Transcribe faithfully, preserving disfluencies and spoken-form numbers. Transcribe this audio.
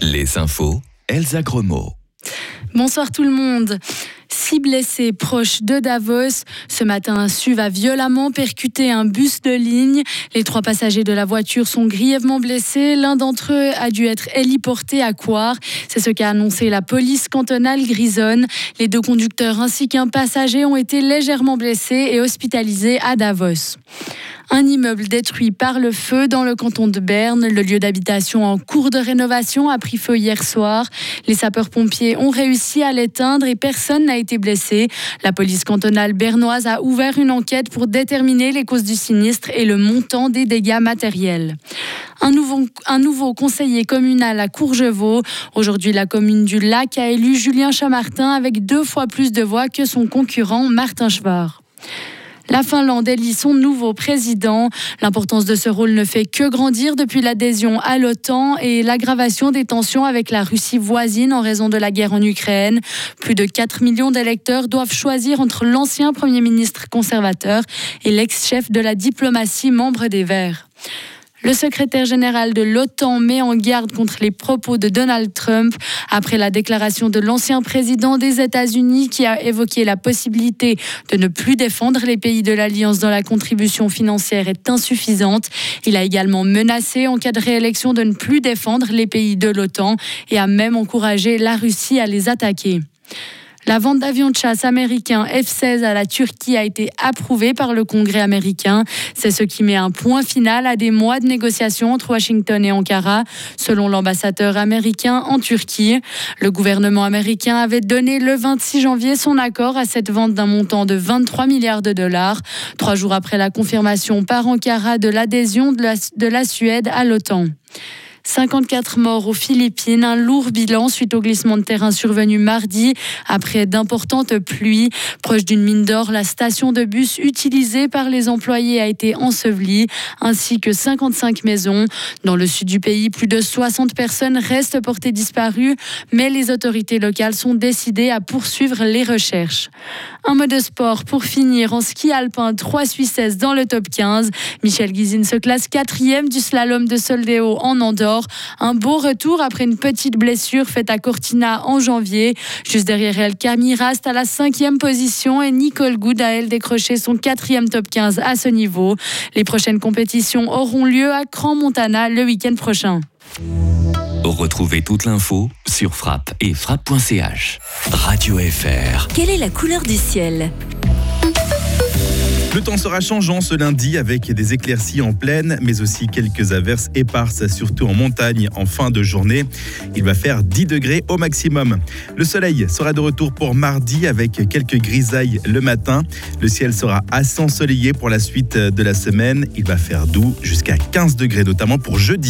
Les infos, Elsa Gremaud. Bonsoir tout le monde. Six blessés proches de Davos. Ce matin, un S U V a violemment percuté un bus de ligne. Les trois passagers de la voiture sont grièvement blessés. L'un d'entre eux a dû être héliporté à Coire. C'est ce qu'a annoncé la police cantonale grisonne. Les deux conducteurs ainsi qu'un passager ont été légèrement blessés et hospitalisés à Davos. Un immeuble détruit par le feu dans le canton de Berne. Le lieu d'habitation en cours de rénovation a pris feu hier soir. Les sapeurs-pompiers ont réussi à l'éteindre et personne n'a été blessé. La police cantonale bernoise a ouvert une enquête pour déterminer les causes du sinistre et le montant des dégâts matériels. Un nouveau, un nouveau conseiller communal à Courgevaux. Aujourd'hui, la commune du Lac a élu Julien Chamartin avec deux fois plus de voix que son concurrent Martin Schwarz. La Finlande élit son nouveau président. L'importance de ce rôle ne fait que grandir depuis l'adhésion à l'OTAN et l'aggravation des tensions avec la Russie voisine en raison de la guerre en Ukraine. Plus de quatre millions d'électeurs doivent choisir entre l'ancien Premier ministre conservateur et l'ex-chef de la diplomatie membre des Verts. Le secrétaire général de l'OTAN met en garde contre les propos de Donald Trump après la déclaration de l'ancien président des États-Unis qui a évoqué la possibilité de ne plus défendre les pays de l'Alliance dont la contribution financière est insuffisante. Il a également menacé en cas de réélection de ne plus défendre les pays de l'OTAN et a même encouragé la Russie à les attaquer. La vente d'avions de chasse américains F seize à la Turquie a été approuvée par le Congrès américain. C'est ce qui met un point final à des mois de négociations entre Washington et Ankara, selon l'ambassadeur américain en Turquie. Le gouvernement américain avait donné le vingt-six janvier son accord à cette vente d'un montant de vingt-trois milliards de dollars, trois jours après la confirmation par Ankara de l'adhésion de la, de la Suède à l'OTAN. cinquante-quatre morts aux Philippines, un lourd bilan suite au glissement de terrain survenu mardi après d'importantes pluies. Proche d'une mine d'or, la station de bus utilisée par les employés a été ensevelie, ainsi que cinquante-cinq maisons. Dans le sud du pays, plus de soixante personnes restent portées disparues, mais les autorités locales sont décidées à poursuivre les recherches. Un mot de sport pour finir en ski alpin, trois Suissesses dans le top quinze. Michel Guizine se classe quatrième du slalom de Soldeo en Andorre. Un beau retour après une petite blessure faite à Cortina en janvier. Juste derrière elle, Camille Rast à la cinquième position et Nicole Goud a elle décroché son quatrième top quinze à ce niveau. Les prochaines compétitions auront lieu à Crans-Montana le week-end prochain. Retrouvez toute l'info sur Frappe et frappe point c h. Radio F R. Quelle est la couleur du ciel ? Le temps sera changeant ce lundi avec des éclaircies en plaine, mais aussi quelques averses éparses, surtout en montagne en fin de journée. Il va faire dix degrés au maximum. Le soleil sera de retour pour mardi avec quelques grisailles le matin. Le ciel sera assez ensoleillé pour la suite de la semaine. Il va faire doux jusqu'à quinze degrés, notamment pour jeudi.